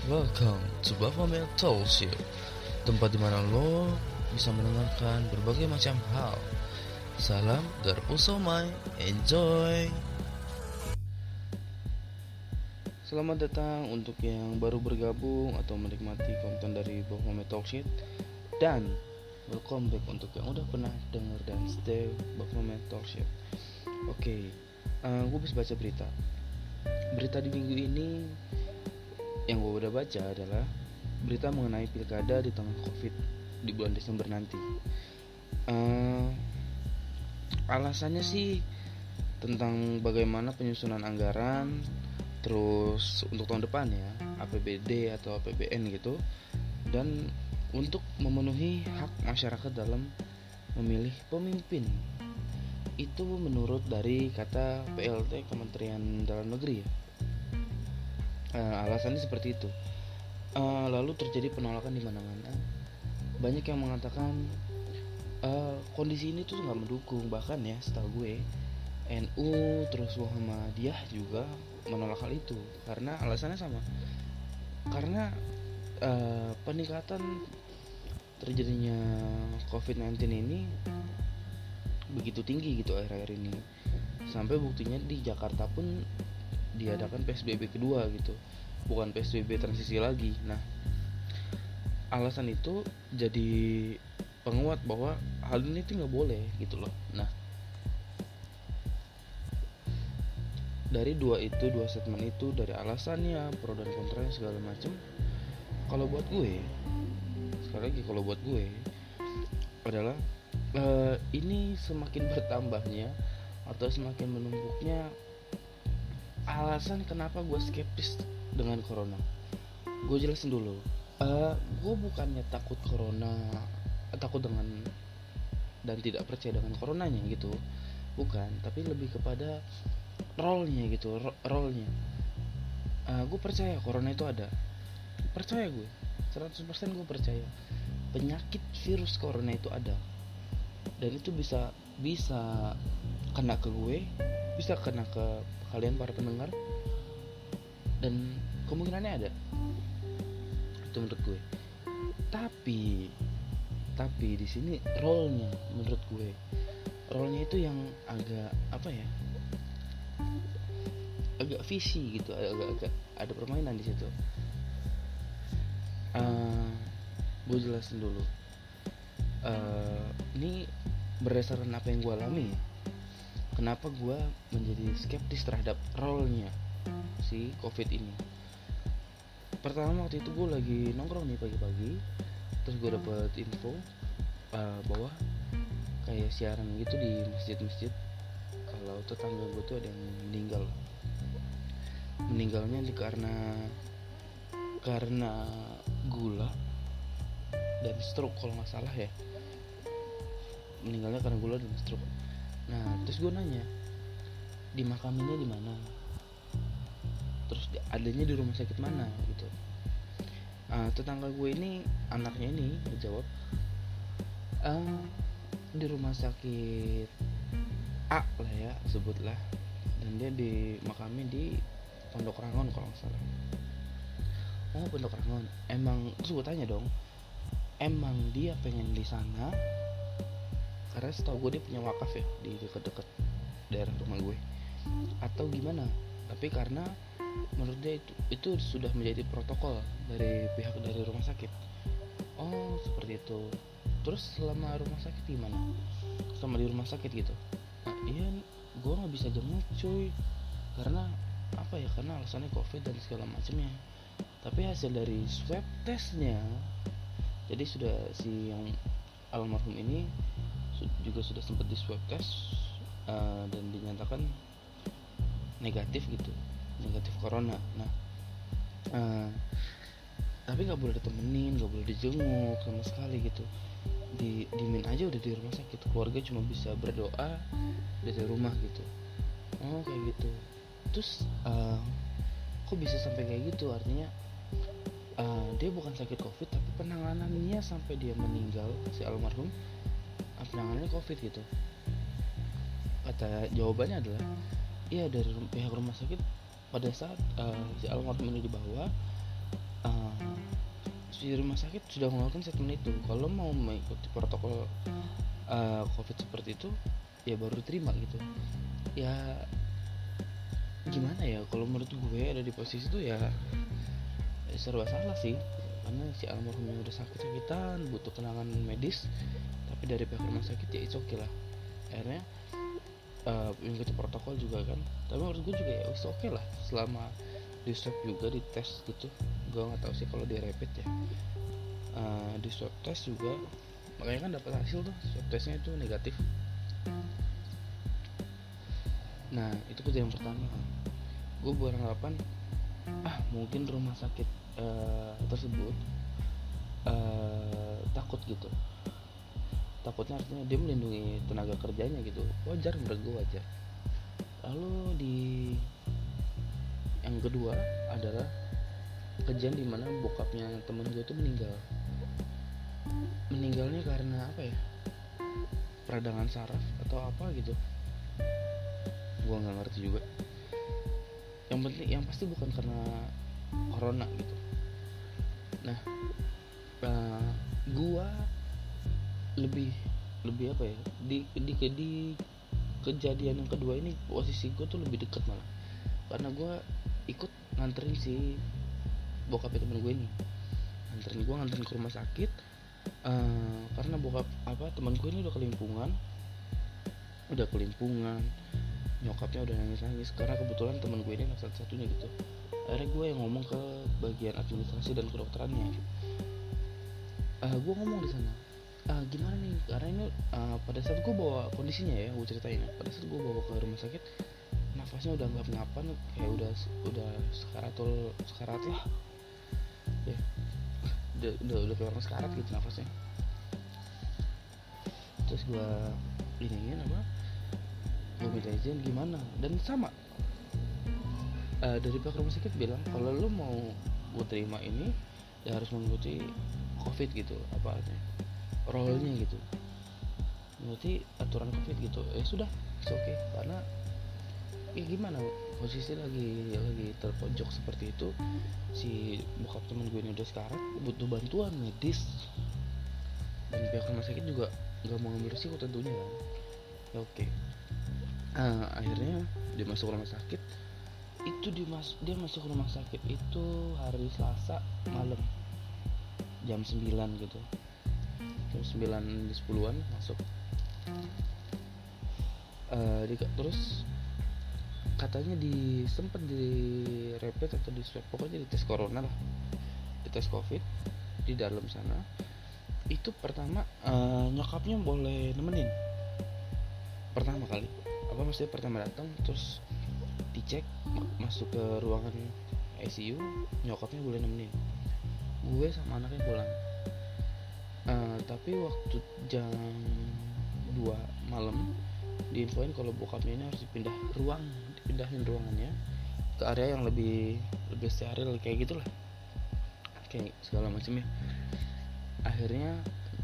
Welcome to Baphomet Talkship, tempat dimana lo bisa mendengarkan berbagai macam hal. Salam Garpu Somai, enjoy! Selamat datang untuk yang baru bergabung atau menikmati konten dari Baphomet Talkship. Dan welcome back untuk yang udah pernah denger dan stay Baphomet Talkship. Oke, gue bisa baca berita. Berita di minggu ini yang gue udah baca adalah berita mengenai pilkada di tengah COVID di bulan Desember nanti. Alasannya sih tentang bagaimana penyusunan anggaran, terus untuk tahun depan ya, APBD atau APBN gitu, dan untuk memenuhi hak masyarakat dalam memilih pemimpin. Itu menurut dari kata PLT Kementerian Dalam Negeri ya. Alasannya seperti itu. Lalu terjadi penolakan di mana-mana. Banyak yang mengatakan kondisi ini tuh nggak mendukung, bahkan ya setahu gue NU terus Muhammadiyah juga menolak hal itu karena alasannya sama. Karena peningkatan terjadinya COVID-19 ini begitu tinggi gitu akhir-akhir ini. Sampai buktinya di Jakarta pun diadakan PSBB kedua gitu, bukan PSBB transisi lagi. Nah, alasan itu jadi penguat bahwa hal ini tuh nggak boleh gitu loh. Nah, dari dua statement itu, dari alasannya pro dan kontra segala macam, kalau buat gue, sekali lagi kalau buat gue adalah ini semakin bertambahnya atau semakin menumpuknya alasan kenapa gue skeptis dengan corona. Gue jelasin dulu. Gue bukannya takut corona, takut dengan dan tidak percaya dengan coronanya gitu, bukan. Tapi lebih kepada role-nya gitu, role-nya. Gue percaya corona itu ada. Percaya gue, 100% gue percaya penyakit virus corona itu ada. Dan itu bisa kena ke gue, bisa kena ke kalian para pendengar, dan kemungkinannya ada. Itu menurut gue. Tapi di sini role-nya menurut gue, role-nya itu yang agak apa ya? Agak visi gitu, agak ada permainan di situ. Gue jelasin dulu. Ini berdasarkan apa yang gue alami. Kenapa gue menjadi skeptis terhadap role-nya si COVID ini? Pertama, waktu itu gue lagi nongkrong nih pagi-pagi, terus gue dapet info bahwa kayak siaran gitu di masjid-masjid kalau tetangga gue tuh ada yang meninggal. Meninggalnya karena gula dan stroke kalau nggak salah ya. Meninggalnya karena gula dan stroke. Nah, terus gue nanya, dimakaminnya di mana? Terus adanya di rumah sakit mana gitu. Tetangga gue ini, anaknya ini menjawab, di rumah sakit A lah ya, sebutlah. Dan dia dimakamin di Pondok Rangon kalau nggak salah. Oh, Pondok Rangon. Emang, terus gue tanya dong, emang dia pengen di sana karena setahu gue dia punya wakaf ya di dekat-dekat daerah rumah gue, atau gimana? Tapi karena menurut dia itu sudah menjadi protokol dari pihak dari rumah sakit. Oh, seperti itu. Terus selama rumah sakit gimana? Selama di rumah sakit gitu? Nah, iya, gue nggak bisa jenguk cuy, karena apa ya? Karena alasannya COVID dan segala macamnya. Tapi hasil dari swab testnya, jadi sudah si yang almarhum ini juga sudah sempat di swab test dan dinyatakan negatif gitu, negatif corona. Nah, tapi nggak boleh ditemenin, nggak boleh dijenguk sama sekali gitu. Dimin aja udah di rumah sakit. Keluarga cuma bisa berdoa dari rumah gitu. Oh, kayak gitu. Terus kok bisa sampai kayak gitu? Artinya dia bukan sakit COVID, tapi penanganannya sampai dia meninggal si almarhum, penanganannya COVID gitu. Kata jawabannya adalah, iya, dari pihak rumah sakit pada saat si almarhum ini dibawa, uh, si rumah sakit sudah mengeluarkan statement itu. Kalau mau mengikuti protokol COVID seperti itu, ya baru diterima gitu. Ya gimana ya, kalau menurut gue ada di posisi itu ya serba salah sih, karena si almarhumnya udah sakit-sakitan butuh penanganan medis, tapi dari pihak rumah sakit ya it's okay lah, akhirnya mengikuti protokol juga kan. Tapi menurut gue juga ya it's okay lah, selama di swab juga, di tes gitu. Gue nggak tahu sih kalau di rapid ya, di swab test juga, makanya kan dapat hasil tuh swab testnya itu negatif. Nah itu kejadian pertama. Gue beranggapan mungkin rumah sakit tersebut takut gitu. Takutnya artinya dia melindungi tenaga kerjanya gitu, wajar, menurut gue wajar. Lalu di yang kedua adalah kejadian dimana bokapnya temen gue itu meninggalnya karena apa ya, peradangan saraf atau apa gitu, gue nggak ngerti juga. Yang pasti bukan karena corona gitu. Nah gue lebih apa ya, di kejadian yang kedua ini posisi gue tuh lebih dekat malah, karena gue ikut nganterin si bokapnya temen gue ini, nganterin ke rumah sakit. Karena bokap teman gue ini udah kelimpungan, nyokapnya udah nangis karena kebetulan teman gue ini satu-satunya gitu. Akhirnya gue yang ngomong ke bagian administrasi dan kedokterannya. Gue ngomong di sana, gimana nih, karena ini pada saat gue bawa kondisinya ya, gue ceritain ya, pada saat gue bawa ke rumah sakit nafasnya udah nggak ngapan, kayak udah sekarat lah ya, udah kayak orang sekarat gitu nafasnya. Terus gue gue minta izin gimana, dan sama dari pihak rumah sakit bilang kalau lu mau gue terima ini ya harus mengikuti COVID gitu, apa artinya role-nya gitu, berarti aturan COVID gitu. Sudah, oke okay. Karena ya gimana, posisi lagi terpojok seperti itu, si bokap temen gue ini udah sekarat, butuh bantuan medis, dan pihak rumah sakit juga nggak mau ngambil risiko tentunya kan. Ya oke okay. Akhirnya dia masuk rumah sakit itu, dia masuk rumah sakit itu hari Selasa malam jam 9 gitu, jam 9 di 10-an masuk. Terus katanya sempet di rapid atau di swab, pokoknya di tes corona lah, di tes COVID di dalam sana. Itu pertama nyokapnya boleh nemenin pertama kali, maksudnya pertama datang terus dicek masuk ke ruangan ICU, nyokapnya boleh nemenin, gue sama anaknya pulang. Tapi waktu jam 2 malam diinfoin kalau bokapnya ini harus dipindahin ruangannya ke area yang lebih steril kayak gitulah, kayak segala macam ya. Akhirnya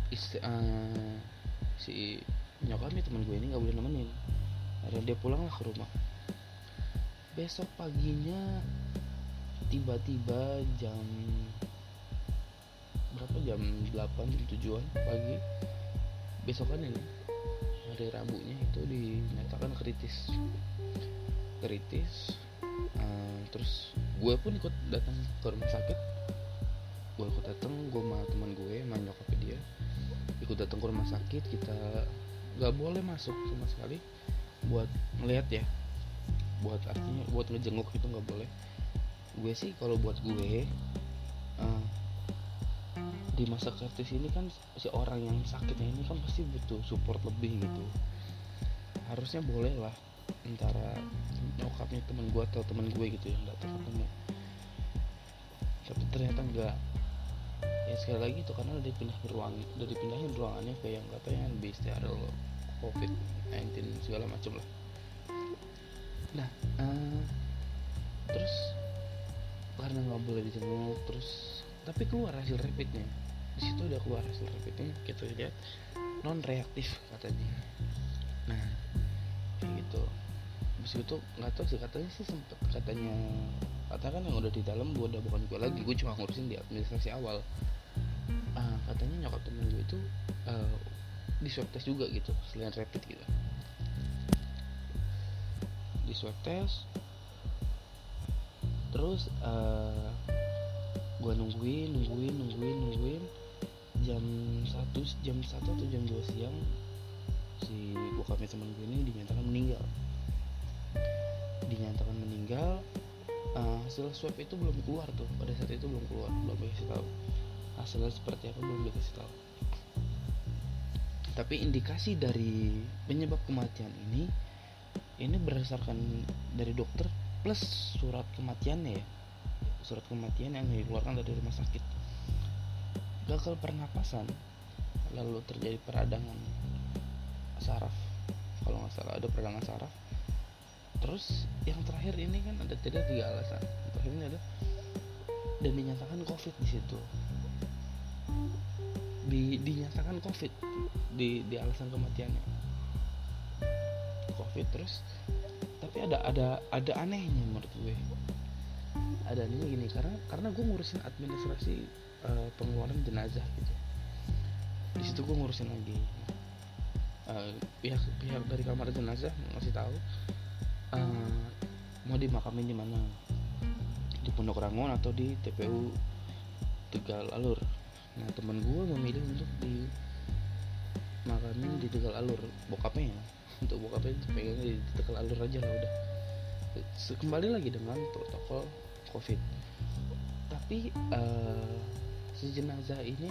si nyokapnya teman gue ini nggak boleh nemenin, akhirnya dia pulang lah ke rumah. Besok paginya tiba-tiba jam 8 jam 7-an pagi besokan ini, hari Rabunya itu dinyatakan kritis. Terus gue pun ikut datang ke rumah sakit, gue sama teman gue, sama nyokapnya dia ikut datang ke rumah sakit. Kita nggak boleh masuk sama sekali buat ngeliat ya, artinya buat ngejenguk itu nggak boleh. Gue sih kalau buat gue di masa kritis ini kan si orang yang sakitnya ini kan pasti butuh support lebih gitu. Harusnya boleh lah antara nyokapnya teman gue atau teman gue gitu yang datang ketemu. Tapi ternyata enggak. Ya sekali lagi itu karena udah dipindahin ruangannya ke yang katanya lebih steril, COVID-19 segala macam lah. Nah terus karena nggak boleh dijenguk, terus tapi keluar hasil rapidnya. Di situ udah keluar hasil rapidnya, kita lihat non reaktif katanya. Nah kayak gitu, habis itu nggak tahu sih, katanya sih sempet, katanya kan yang udah di dalam gue udah bukan gue lagi, gue cuma ngurusin di administrasi awal. Katanya nyokap temen gue itu di swab test juga gitu, selain rapid gitu, di swab test. Terus gue nungguin jam 1 atau jam 2 siang si bokapnya temen gue ini dinyatakan meninggal. Hasil swab itu belum keluar tuh, pada saat itu belum dikasih tahu hasilnya seperti apa, belum dikasih tahu. Tapi indikasi dari penyebab kematian ini berdasarkan dari dokter plus surat kematian yang dikeluarkan dari rumah sakit. Gagal pernapasan, lalu terjadi peradangan saraf, kalau nggak salah ada peradangan saraf. Terus yang terakhir ini kan ada 3 alasan. Yang terakhir ini ada, dan dinyatakan COVID di situ. Dinyatakan COVID di alasan kematiannya COVID. Terus tapi ada anehnya menurut gue. Ada anehnya gini, karena gue ngurusin administrasi pengeluaran jenazah gitu. Di situ gue ngurusin lagi. Pihak dari kamar jenazah ngasih tahu mau dimakamin di mana, di Pondok Rangon atau di TPU Tegal Alur. Nah teman gue memilih untuk dimakamin di Tegal Alur, bokapnya ya. Untuk bokapnya pegangnya di Tegal Alur aja lah udah. Kembali lagi dengan protokol COVID. Tapi si jenazah ini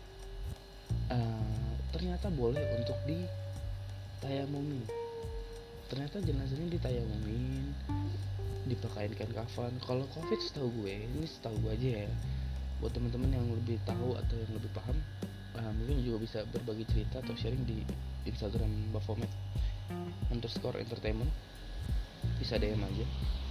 ternyata boleh untuk ditayamumin. Ternyata jenazahnya ditayamumin, dipakaikan kafan. Kalau COVID setahu gue aja ya, buat teman-teman yang lebih tahu atau yang lebih paham, mungkin juga bisa berbagi cerita atau sharing di Instagram Baphomet _entertainment, bisa DM aja.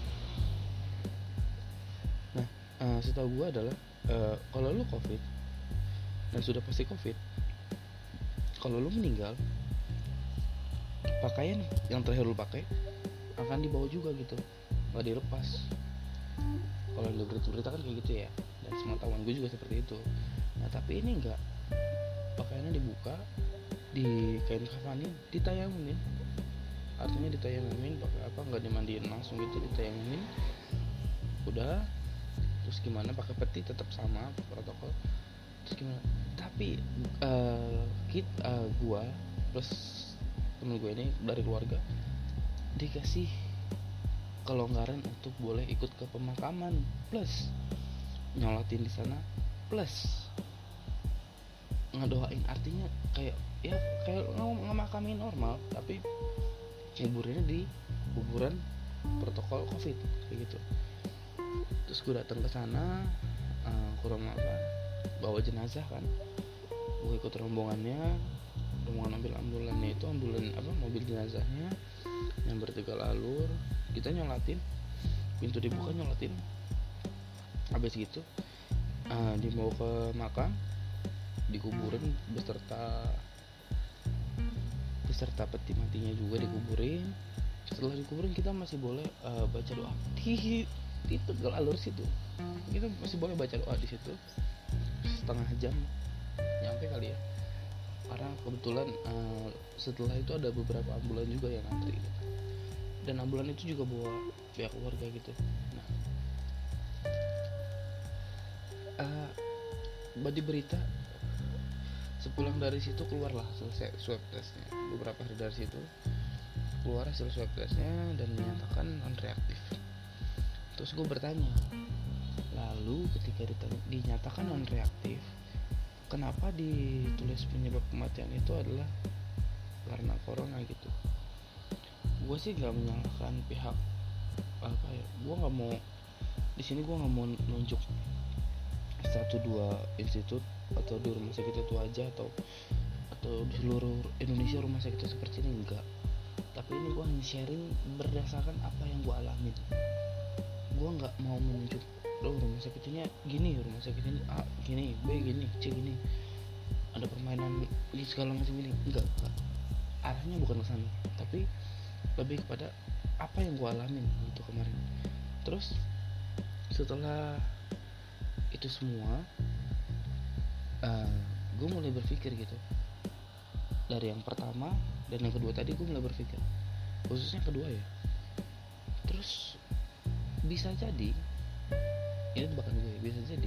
Nah setahu gue adalah kalau lu COVID dan sudah pasti COVID, kalau lu meninggal, pakaian yang terakhir lu pakai akan dibawa juga gitu, nggak dilepas. Kalau di berita kan kayak gitu ya, dan sepengetahuan gue juga seperti itu. Nah tapi ini enggak, pakaiannya dibuka, di kain kafanin, ditayamumin. Artinya ditayamumin pakai apa, nggak dimandiin langsung gitu, ditayamumin udah. Terus gimana, pakai peti tetap sama protokol. Terus gimana, tapi gua plus temen gue ini dari keluarga dikasih kelonggaran untuk boleh ikut ke pemakaman, plus nyolatin di sana, plus ngedoain. Artinya kayak ngemakamin normal, tapi kuburannya di kuburan protokol COVID kayak gitu. Terus gue datang ke sana, kurang apa, bawa jenazah kan. Gue ikut rombongan ambulannya itu, mobil jenazahnya yang bertegal alur. Kita nyolatin, pintu dibuka, nyolatin. Habis gitu dibawa ke makam, dikuburin beserta peti matinya juga dikuburin. Setelah dikuburin kita masih boleh baca doa di Tegal Alur situ. Kita masih boleh baca doa di situ setengah jam nyampe kali ya, karena kebetulan setelah itu ada beberapa ambulan juga yang antri gitu. Dan ambulan itu juga bawa pihak keluarga gitu. Nah di berita sepulang dari situ keluarlah selesai swab testnya. Beberapa hari dari situ keluar hasil swab testnya dan dinyatakan non reaktif. Terus gue bertanya, lalu ketika dinyatakan non reaktif, kenapa ditulis penyebab kematian itu adalah karena corona gitu? Gue sih nggak menyalahkan pihak apa ya. Gue nggak mau di sini, gue nggak mau nunjuk 1-2 institut atau di rumah sakit itu aja atau di seluruh Indonesia rumah sakit itu seperti ini, enggak. Tapi ini gue hanya sharing berdasarkan apa yang gue alamin. Gue nggak mau menunjuk rumah sakitnya gini, rumah sakitnya A gini, B gini, C gini, ada permainan di segala macam ini. Enggak. Arahnya bukan ke sana, tapi lebih kepada apa yang gue alamin gitu kemarin. Terus setelah itu semua, gue mulai berpikir gitu. Dari yang pertama dan yang kedua tadi gue mulai berpikir, khususnya kedua ya. Terus bisa jadi, ini tebakan gue, bisa jadi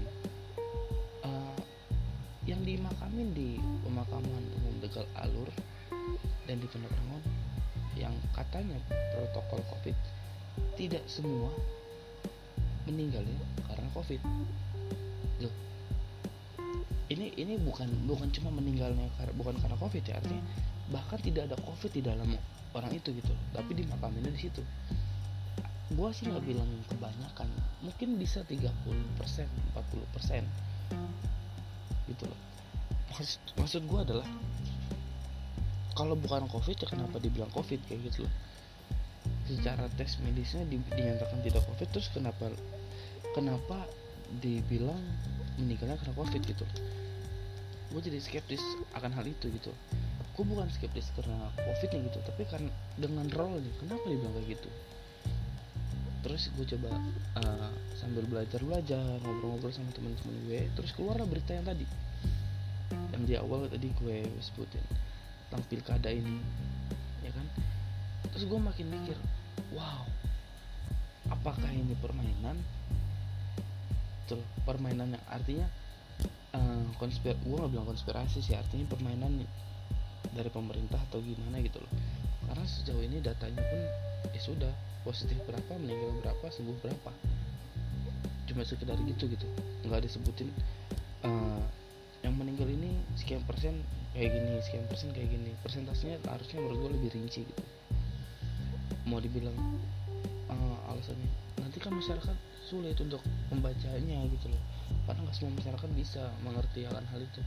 yang dimakamin di pemakaman umum Tegal Alur dan di Pondok Rangon yang katanya protokol COVID, tidak semua meninggal ya karena COVID. Loh, ini bukan cuma meninggalnya bukan karena COVID ya, artinya bahkan tidak ada COVID di dalam orang itu gitu, tapi dimakaminnya di situ. Gua sih nggak bilang kebanyakan, mungkin bisa 30%, 40% gitu loh. Maksud gue adalah, kalau bukan COVID ya kenapa dibilang COVID kayak gitu loh. Secara tes medisnya dinyatakan tidak COVID, terus kenapa dibilang meninggalnya karena COVID gitu. Gue jadi skeptis akan hal itu gitu. Gue bukan skeptis karena COVID nya gitu, tapi kan dengan role nya, kenapa dibilang kayak gitu. Terus gue coba sambil belajar ngobrol-ngobrol sama teman-teman gue, terus keluarlah berita yang tadi, yang di awal tadi gue sebutin tentang pilkada ini, ya kan. Terus gue makin mikir, wow, apakah ini permainan? Betul, permainan yang artinya gue nggak bilang konspirasi sih, artinya permainan dari pemerintah atau gimana gitu loh. Karena sejauh ini datanya pun ya sudah, positif berapa, meninggal berapa, sembuh berapa, cuma sekedar gitu, nggak disebutin yang meninggal ini sekian persen kayak gini, sekian persen kayak gini. Persentasenya harusnya menurut gue lebih rinci gitu. Mau dibilang alasannya, nanti kan masyarakat sulit untuk membacanya gitu loh, karena nggak semua masyarakat bisa mengerti akan hal itu.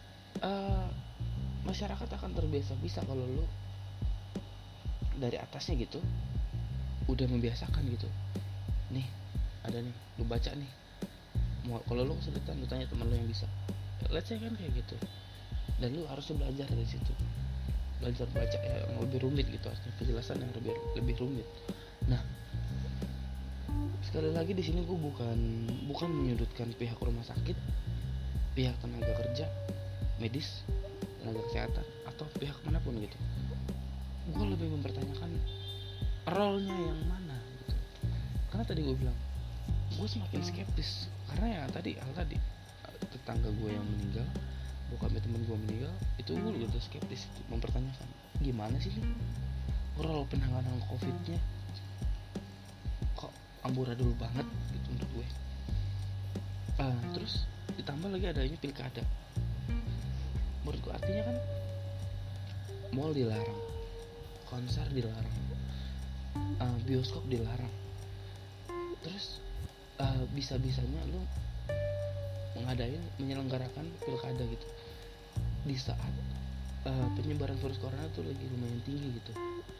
Masyarakat akan terbiasa bisa kalau lu dari atasnya gitu udah membiasakan gitu. Nih ada nih, lu baca nih, mau kalau lu kesulitan lu tanya teman lu yang bisa, let's say kan kayak gitu, dan lu harusnya belajar dari situ, belajar baca yang lebih rumit gitu, artinya penjelasan yang lebih rumit. Nah, sekali lagi di sini gue bukan menyudutkan pihak rumah sakit, pihak tenaga kerja medis, tenaga kesehatan, atau pihak manapun gitu. Gue lebih mempertanyakan role-nya yang mana gitu. Karena tadi gue bilang, gue semakin skeptis karena ya tadi tetangga gue yang meninggal, bokapnya temen gue meninggal, itu gue udah skeptis gitu, mempertanyakan gimana sih nih role penanganan COVID-nya, kok amburadul banget gitu menurut gue. Terus ditambah lagi adanya pilkada, menurut gue artinya kan mall dilarang, konser dilarang, bioskop dilarang, terus bisa-bisanya lu menyelenggarakan pilkada gitu di saat penyebaran virus corona tuh lagi lumayan tinggi gitu.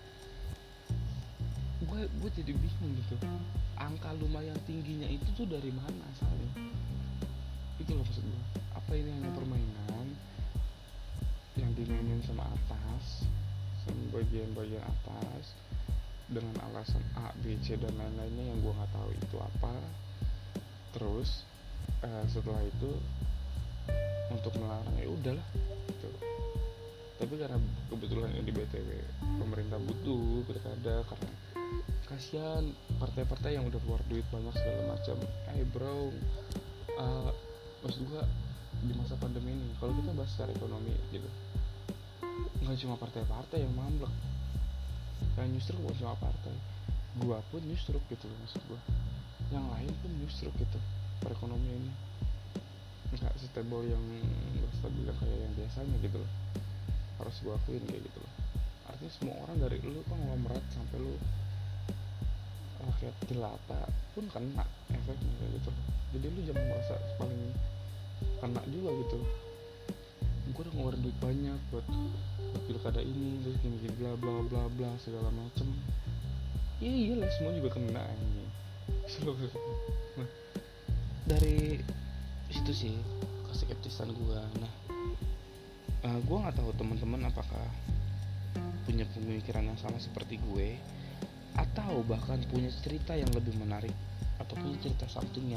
Gue jadi bingung gitu, angka lumayan tingginya itu tuh dari mana asalnya. Itu loh maksud gue, apa ini hanya permainan yang dimainin sama atas, sama bagian-bagian atas, dengan alasan A, B, C dan lain-lainnya yang gue nggak tahu itu apa. Terus setelah itu untuk melarang ya udahlah gitu. Tapi karena kebetulan ini BTW pemerintah butuh pilkada, karena kasihan partai-partai yang udah keluar duit banyak segala macam. Bro, maksud gue di masa pandemi ini, kalau kita bahas secara ekonomi gitu, nggak cuma partai-partai yang mamlek, yang nyusruk bukan cuma partai, gua pun nyusruk gitu loh, maksud gua yang lain pun nyusruk gitu. Perekonomian ini nggak stable, yang nggak stabil kayak yang biasanya gitu loh, harus gua akuin kayak gitu loh. Artinya semua orang dari lu konglomerat sampai lu rakyat jelata pun kena efeknya kayak gitu loh. Jadi lu jangan merasa paling kena juga gitu. Gue udah ngeluarin duit banyak buat pilkada ini, terus gini bla bla bla bla segala macem. Ya iyalah, semua juga kena ini. Nah, dari situ sih keskeptisan gue. Nah, gue nggak tahu teman-teman apakah punya pemikiran yang sama seperti gue, atau bahkan punya cerita yang lebih menarik atau punya cerita something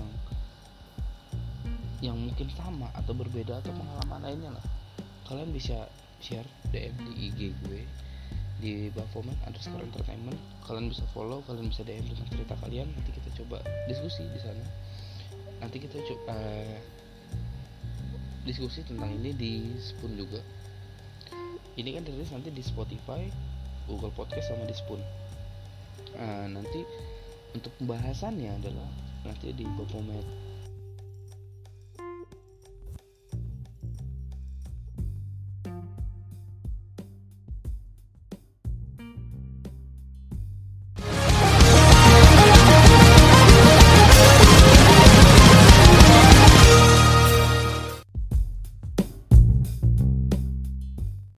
yang mungkin sama atau berbeda atau pengalaman lainnya lah, kalian bisa share DM di IG gue di Baphomet_entertainment. Kalian bisa follow, kalian bisa DM dengan cerita kalian. Nanti kita coba diskusi di sana. Nanti kita coba diskusi tentang ini di Spoon juga. Ini kan dirilis nanti di Spotify, Google Podcast sama di Spoon. Nanti untuk pembahasannya adalah nanti di Baphomet